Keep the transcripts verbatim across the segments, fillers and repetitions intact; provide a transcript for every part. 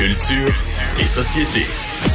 Culture et société.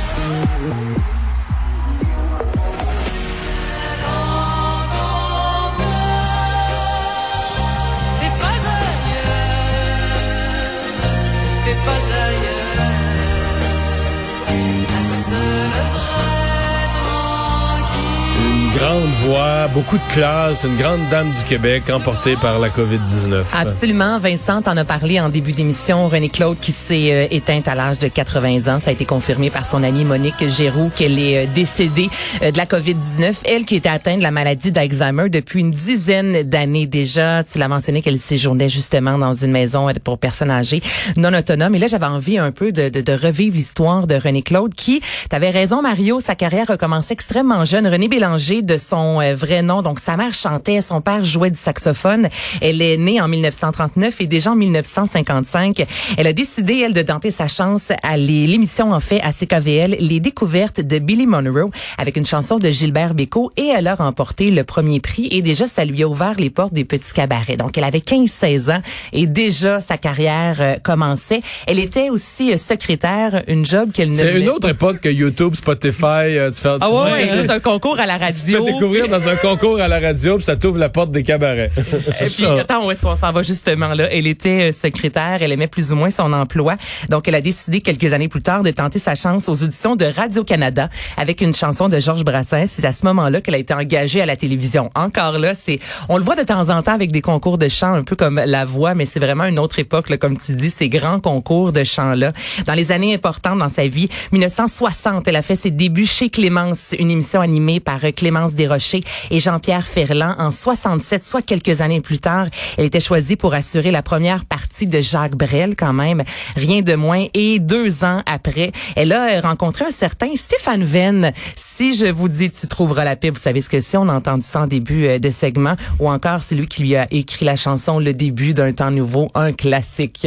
Grande voix, beaucoup de classe, une grande dame du Québec emportée par la covid dix-neuf. Absolument. Vincent en a parlé en début d'émission. René Claude qui s'est euh, éteinte à l'âge de quatre-vingts ans. Ça a été confirmé par son amie Monique Géroux qu'elle est euh, décédée euh, de la covid dix-neuf. Elle qui était atteinte de la maladie d'Alzheimer depuis une dizaine d'années déjà. Tu l'as mentionné qu'elle séjournait justement dans une maison pour personnes âgées non autonomes. Et là, j'avais envie un peu de, de, de revivre l'histoire de René Claude qui, t'avais raison Mario, sa carrière a commencé extrêmement jeune. René Bélanger de son euh, vrai nom. Donc, sa mère chantait, son père jouait du saxophone. Elle est née en dix-neuf cent trente-neuf et déjà en dix-neuf cent cinquante-cinq, elle a décidé, elle, de tenter sa chance à l'émission, en fait, à C K V L, Les Découvertes de Billy Monroe, avec une chanson de Gilbert Bécaud, et elle a remporté le premier prix, et déjà, ça lui a ouvert les portes des petits cabarets. Donc, elle avait quinze seize ans, et déjà, sa carrière euh, commençait. Elle était aussi euh, secrétaire, une job qu'elle ne... C'est une autre époque que YouTube, Spotify, euh, tu fais... Ah ouais, ouais, hein? Un concours à la radio. Tu fais découvrir dans un concours à la radio, puis ça t'ouvre la porte des cabarets. Et puis, attends, où est-ce qu'on s'en va justement là? Elle était secrétaire, elle aimait plus ou moins son emploi. Donc, elle a décidé quelques années plus tard de tenter sa chance aux auditions de Radio-Canada avec une chanson de Georges Brassens. C'est à ce moment-là qu'elle a été engagée à la télévision. Encore là, c'est, on le voit de temps en temps avec des concours de chant, un peu comme La Voix, mais c'est vraiment une autre époque, là, comme tu dis, ces grands concours de chant-là. Dans les années importantes dans sa vie, dix-neuf cent soixante, elle a fait ses débuts chez Clémence, une émission animée par Clémence Desrochers et Jean-Pierre Ferland. En soixante-sept, soit quelques années plus tard, elle était choisie pour assurer la première partie de Jacques Brel, quand même, rien de moins. Et deux ans après, elle a rencontré un certain Stéphane Venn. Si je vous dis Tu trouveras la paix, vous savez ce que c'est. On a entendu ça en début de segment. Ou encore, c'est lui qui lui a écrit la chanson Le début d'un temps nouveau, un classique.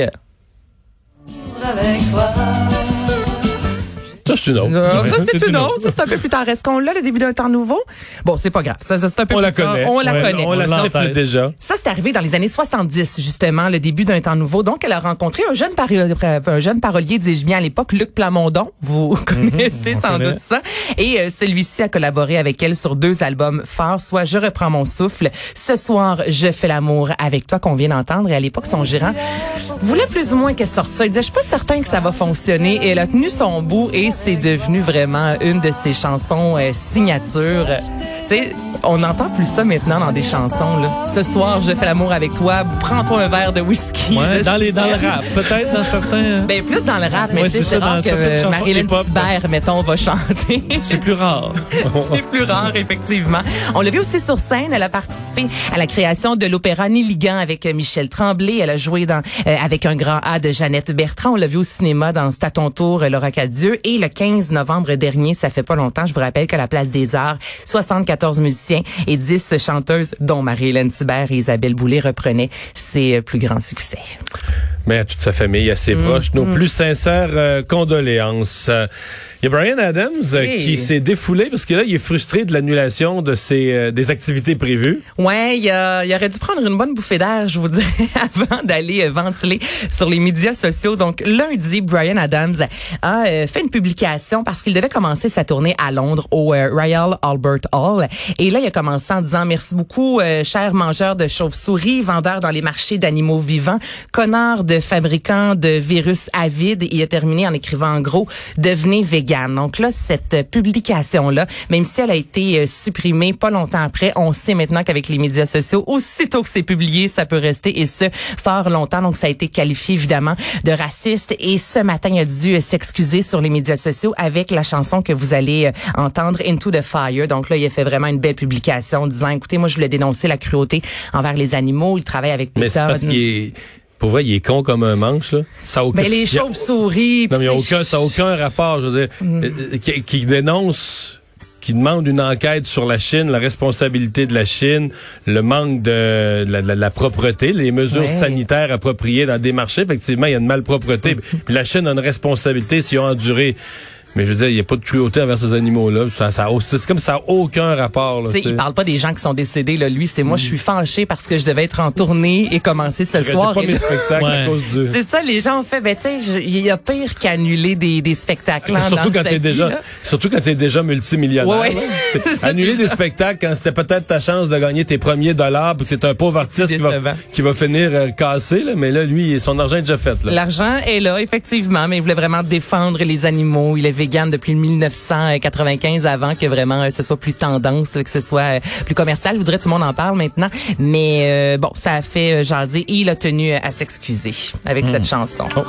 Avec toi. Ça, c'est une autre. Non, ça, c'est, c'est une autre. Ça, c'est un peu plus tard. Est-ce qu'on l'a, le début d'un temps nouveau? Bon, c'est pas grave. Ça, ça c'est un peu on plus la tard. connaît. On la ouais, connaît. On, on la sent déjà. Ça, c'est arrivé dans les années soixante-dix, justement, le début d'un temps nouveau. Donc, elle a rencontré un jeune, pari- un jeune parolier, dis-je bien, à l'époque, Luc Plamondon. Vous connaissez mm-hmm, sans connaît. doute ça. Et euh, celui-ci a collaboré avec elle sur deux albums forts, soit Je reprends mon souffle, Ce soir, je fais l'amour avec toi, qu'on vient d'entendre. Et à l'époque, son gérant voulait plus ou moins qu'elle sorte ça. Il disait, je suis pas certain que ça va fonctionner. Et elle a tenu son bout et c'est devenu vraiment une de ses chansons euh, signatures. Tu sais, on n'entend plus ça maintenant dans des chansons, là. Ce soir, je fais l'amour avec toi. Prends-toi un verre de whisky. Ouais, dans les dans le rap, peut-être dans certains. Ben plus dans le rap, mais ouais, tu sais, c'est, c'est rare que euh, Marie-Hélène Thibert, mettons, va chanter. C'est plus rare. C'est plus rare, effectivement. On l'a vu aussi sur scène. Elle a participé à la création de l'opéra Néligan avec Michel Tremblay. Elle a joué dans euh, avec un grand A de Jeannette Bertrand. On l'a vu au cinéma dans C'est à ton tour, Laura Cadieux. Et le quinze novembre dernier, ça fait pas longtemps, je vous rappelle qu'à la Place des Arts, soixante-quatorze musiciens et dix chanteuses, dont Marie-Hélène Thibert et Isabelle Boulay, reprenaient ses plus grands succès. Mais à toute sa famille, à ses mmh, proches, nos mmh. plus sincères euh, condoléances. Euh, il y a Bryan Adams euh, hey. qui s'est défoulé parce que là, il est frustré de l'annulation de ses euh, des activités prévues. Ouais, il, a, il aurait dû prendre une bonne bouffée d'air, je vous dirais, avant d'aller euh, ventiler sur les médias sociaux. Donc, lundi, Bryan Adams a euh, fait une publication parce qu'il devait commencer sa tournée à Londres au euh, Royal Albert Hall. Et là, il a commencé en disant « Merci beaucoup, euh, chers mangeurs de chauves-souris, vendeurs dans les marchés d'animaux vivants, connards de fabricants de virus avides. » Il a terminé en écrivant en gros « Devenez vegan ». Donc là, cette publication-là, même si elle a été euh, supprimée pas longtemps après, on sait maintenant qu'avec les médias sociaux, aussitôt que c'est publié, ça peut rester, et ce, fort longtemps. Donc ça a été qualifié évidemment de raciste. Et ce matin, il a dû euh, s'excuser sur les médias sociaux avec la chanson que vous allez euh, entendre, Into the Fire. Donc là, il a fait vraiment une belle publication disant, écoutez, moi, je voulais dénoncer la cruauté envers les animaux. Il travaille avec Mais c'est parce qu'il est... Pour vrai, il est con comme un manche, là. Ça a aucun... Ben, les chauves-souris... Non, mais il y a aucun, ça n'a aucun rapport, je veux dire, mm. euh, qui, qui dénonce, qui demande une enquête sur la Chine, la responsabilité de la Chine, le manque de la, la, la propreté, les mesures ouais. sanitaires appropriées dans des marchés. Effectivement, il y a une malpropreté. Mm. Puis la Chine a une responsabilité s'ils ont enduré Mais je veux dire, il n'y a pas de cruauté envers ces animaux-là. Ça, ça, c'est comme ça n'a aucun rapport. Là, tu sais, il parle pas des gens qui sont décédés. Là. Lui, c'est moi, je suis fâché parce que je devais être en tournée et commencer ce je soir. pas mes spectacles ouais. à cause du... C'est ça, les gens ont fait, ben tu sais, il y a pire qu'annuler des, des spectacles. Hein, surtout, dans quand t'es vie, déjà, là. surtout quand t'es déjà multimillionnaire. Ouais, ouais. Annuler des spectacles quand c'était peut-être ta chance de gagner tes premiers dollars puis que t'es un pauvre artiste qui va, qui va finir euh, cassé. Là. Mais là, lui, son argent est déjà fait. Là. L'argent est là, effectivement, mais il voulait vraiment défendre les animaux. Il est vegan depuis mille neuf cent quatre-vingt-quinze avant que vraiment euh, ce soit plus tendance, que ce soit euh, plus commercial. Je voudrais que tout le monde en parle maintenant. Mais euh, bon, ça a fait euh, jaser et il a tenu à s'excuser avec mmh. cette chanson. Oh.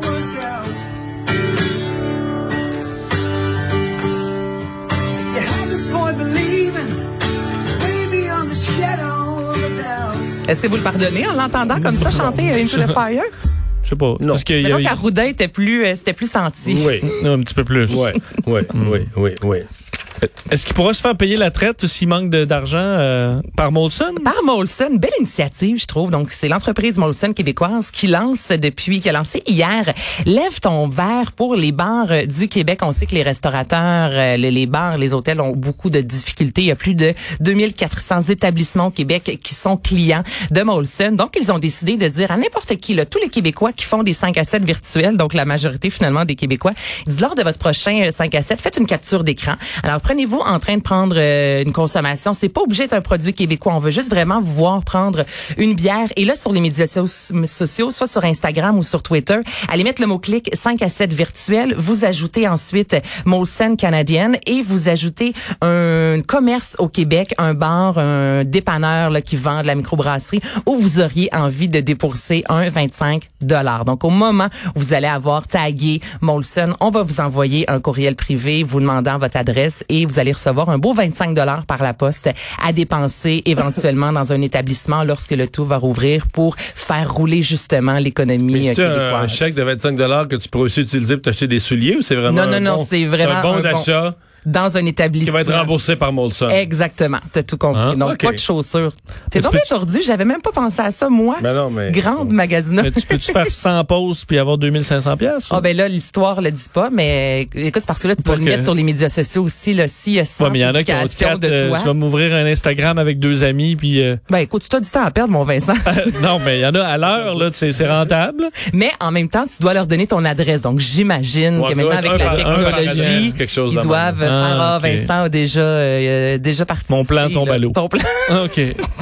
Est-ce que vous le pardonnez en l'entendant comme ça chanter Into the Fire? Je sais pas. Non. Parce que mais y a, donc, Arruda était plus, euh, c'était plus senti. Oui. Un petit peu plus. Oui, oui, mm. oui, oui, oui. Est-ce qu'il pourra se faire payer la traite s'il manque de, d'argent euh, par Molson? Par Molson, belle initiative, je trouve. Donc, c'est l'entreprise Molson québécoise qui lance depuis, qui a lancé hier, Lève ton verre pour les bars du Québec. On sait que les restaurateurs, les, les bars, les hôtels ont beaucoup de difficultés. Il y a plus de deux mille quatre cents établissements au Québec qui sont clients de Molson. Donc, ils ont décidé de dire à n'importe qui, là, tous les Québécois qui font des cinq à sept virtuels, donc la majorité finalement des Québécois, ils disent lors de votre prochain cinq à sept, faites une capture d'écran. Alors, prenez-vous en train de prendre euh, une consommation. C'est pas obligé d'être un produit québécois. On veut juste vraiment vous voir prendre une bière. Et là, sur les médias so- sociaux, soit sur Instagram ou sur Twitter, allez mettre le mot-clic cinq à sept virtuel. Vous ajoutez ensuite Molson canadienne et vous ajoutez un commerce au Québec, un bar, un dépanneur là, qui vend de la microbrasserie où vous auriez envie de débourser un vingt-cinq dollars. Donc, au moment où vous allez avoir tagué Molson, on va vous envoyer un courriel privé vous demandant votre adresse et vous allez recevoir un beau vingt-cinq dollars par la poste à dépenser éventuellement dans un établissement lorsque le tout va rouvrir pour faire rouler justement l'économie Mais québécoise. C'est un chèque de vingt-cinq dollars que tu pourrais aussi utiliser pour t'acheter des souliers ou c'est vraiment Non, non, un non, bon, c'est vraiment un bon un d'achat? Bon dans un établissement. Qui va être remboursé par Molson. Exactement. T'as tout compris. Hein? Donc, okay. pas de chaussures. T'es Mais tombé tu... aujourd'hui. J'avais même pas pensé à ça, moi. Ben non, mais... Grande magasineuse. Mais tu peux-tu faire cent pauses puis avoir deux mille cinq cents piastres? Ah, ben là, l'histoire le dit pas, mais écoute, c'est parce que là, tu peux Pour le que... mettre sur les médias sociaux aussi, là, s'il y a cent ouais, mais il y en a qui ont quatre, de toi. Euh, tu vas m'ouvrir un Instagram avec deux amis puis... Euh... Ben, écoute, tu as du temps à perdre, mon Vincent. non, mais il y en a à l'heure, là, c'est, c'est rentable. Mais en même temps, tu dois leur donner ton adresse. Donc, j'imagine ouais, que maintenant, avec la technologie, ils doivent faire, ah, okay. Vincent a déjà, euh, déjà participé. Mon plan tombe à l'eau. Ton plan. OK.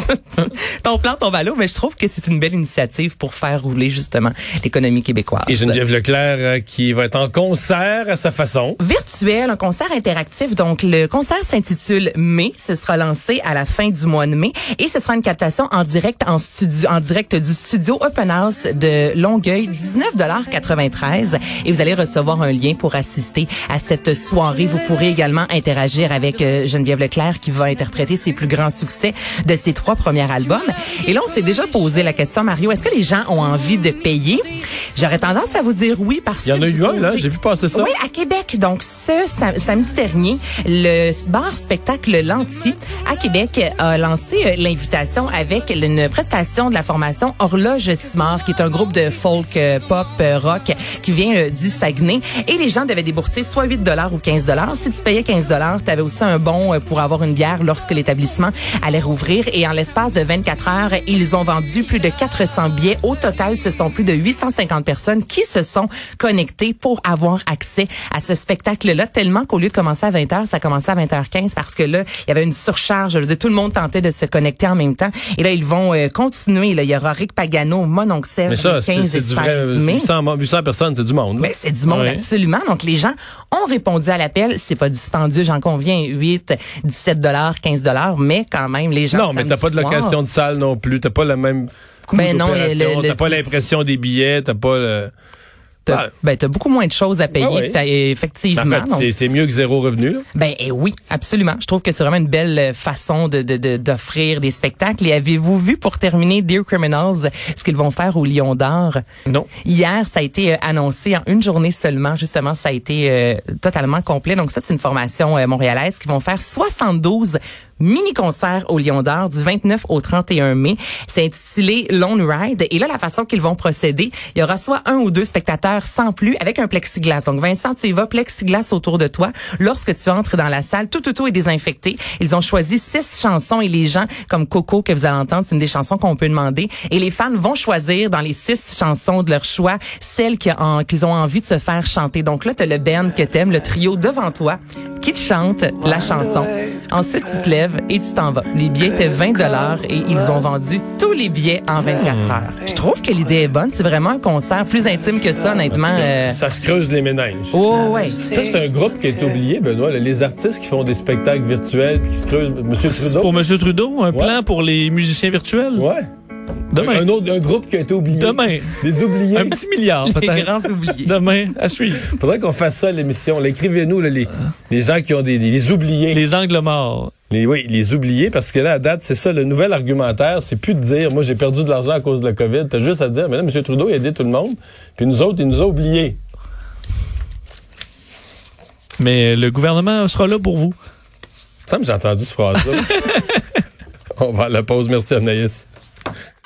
Ton plan tombe à l'eau, mais je trouve que c'est une belle initiative pour faire rouler, justement, l'économie québécoise. Et Geneviève Leclerc euh, qui va être en concert à sa façon. Virtuel, un concert interactif. Donc, le concert s'intitule Mai. Ce sera lancé à la fin du mois de mai. Et ce sera une captation en direct en studio, en direct du studio Open House de Longueuil, dix-neuf dollars quatre-vingt-treize. Et vous allez recevoir un lien pour assister à cette soirée. Vous pourrez également interagir avec euh, Geneviève Leclerc qui va interpréter ses plus grands succès de ses trois premiers albums. Et là, on s'est déjà posé la question, Mario, est-ce que les gens ont envie de payer? J'aurais tendance à vous dire oui parce que... Il y en a eu un, là, j'ai vu passer ça. Oui, à Québec. Donc, ce sam- samedi dernier, le bar spectacle Lanty à Québec a lancé euh, l'invitation avec une prestation de la formation Horloge Simard, qui est un groupe de folk, euh, pop, euh, rock qui vient euh, du Saguenay. Et les gens devaient débourser soit huit dollars ou quinze dollars. Si tu payais quinze dollars, tu avais aussi un bon euh, pour avoir une bière lorsque l'établissement allait rouvrir. Et en l'espace de vingt-quatre heures, ils ont vendu plus de quatre cents billets. Au total, ce sont plus de huit cent cinquante personnes qui se sont connectées pour avoir accès à ce spectacle-là, tellement qu'au lieu de commencer à vingt heures, ça commençait à vingt heures quinze parce que là, il y avait une surcharge. Je veux dire, tout le monde tentait de se connecter en même temps. Et là, ils vont euh, continuer. Là, il y aura Rick Pagano, Mononcle Serge, mais ça, le quinze c'est, et c'est du vrai, seize mai. huit cents, huit cents personnes, c'est du monde. Là. Mais c'est du monde, oui. Absolument. Donc, les gens ont répondu à l'appel. C'est pas dispendieux, j'en conviens, huit, dix-sept dollars, quinze dollars, mais quand même, les gens... Non, mais t'as pas de location soir, de salle non plus. T'as pas le même coût ben d'opération. Non, le, le, t'as pas le, l'impression des billets. T'as pas le... T'as, ouais. Ben, t'as beaucoup moins de choses à payer, ouais, ouais. effectivement. En fait, donc, c'est, c'est mieux que zéro revenu, là. Ben, eh oui, absolument. Je trouve que c'est vraiment une belle façon de, de, de, d'offrir des spectacles. Et avez-vous vu, pour terminer, Dear Criminals, ce qu'ils vont faire au Lion d'Or? Non. Hier, ça a été annoncé en une journée seulement. Justement, ça a été euh, totalement complet. Donc ça, c'est une formation euh, montréalaise qui vont faire soixante-douze mini-concert au Lion d'Or du vingt-neuf au trente et un mai. C'est intitulé Lone Ride. Et là, la façon qu'ils vont procéder, il y aura soit un ou deux spectateurs sans plus avec un plexiglas. Donc, Vincent, tu y vas, plexiglas autour de toi. Lorsque tu entres dans la salle, tout, tout, tout est désinfecté. Ils ont choisi six chansons et les gens, comme Coco, que vous allez entendre, c'est une des chansons qu'on peut demander. Et les fans vont choisir dans les six chansons de leur choix, celles qu'ils ont, qu'ils ont envie de se faire chanter. Donc là, tu as le band que t'aimes, le trio devant toi, qui te chante la chanson. Ensuite, tu te lèves et tu t'en vas. Les billets étaient vingt dollars et ils ont vendu tous les billets en vingt-quatre heures. Je trouve que l'idée est bonne. C'est vraiment un concert plus intime que ça, honnêtement. Euh... Ça se creuse les méninges. Oh, ouais. Ça, c'est un groupe qui a été oublié, Benoît. Les artistes qui font des spectacles virtuels puis qui se creusent. Monsieur Trudeau. Pour Monsieur Trudeau, un ouais. plan pour les musiciens virtuels. Ouais. Demain. Un, un autre un groupe qui a été oublié. Demain. Des oubliés. Un petit milliard, peut-être. Les grands oubliés. Demain, à suivre. Faudrait qu'on fasse ça à l'émission. Là, écrivez-nous là, les, les gens qui ont des, des les oubliés. Les angles morts. Les, oui, les oubliés, parce que là, à date, c'est ça, le nouvel argumentaire, c'est plus de dire, moi, j'ai perdu de l'argent à cause de la COVID. T'as juste à dire, mais là, M. Trudeau, il a aidé tout le monde, puis nous autres, il nous a oubliés. Mais le gouvernement sera là pour vous. Ça me semble que j'ai entendu cette phrase-là. On va à la pause. Merci, Anaïs.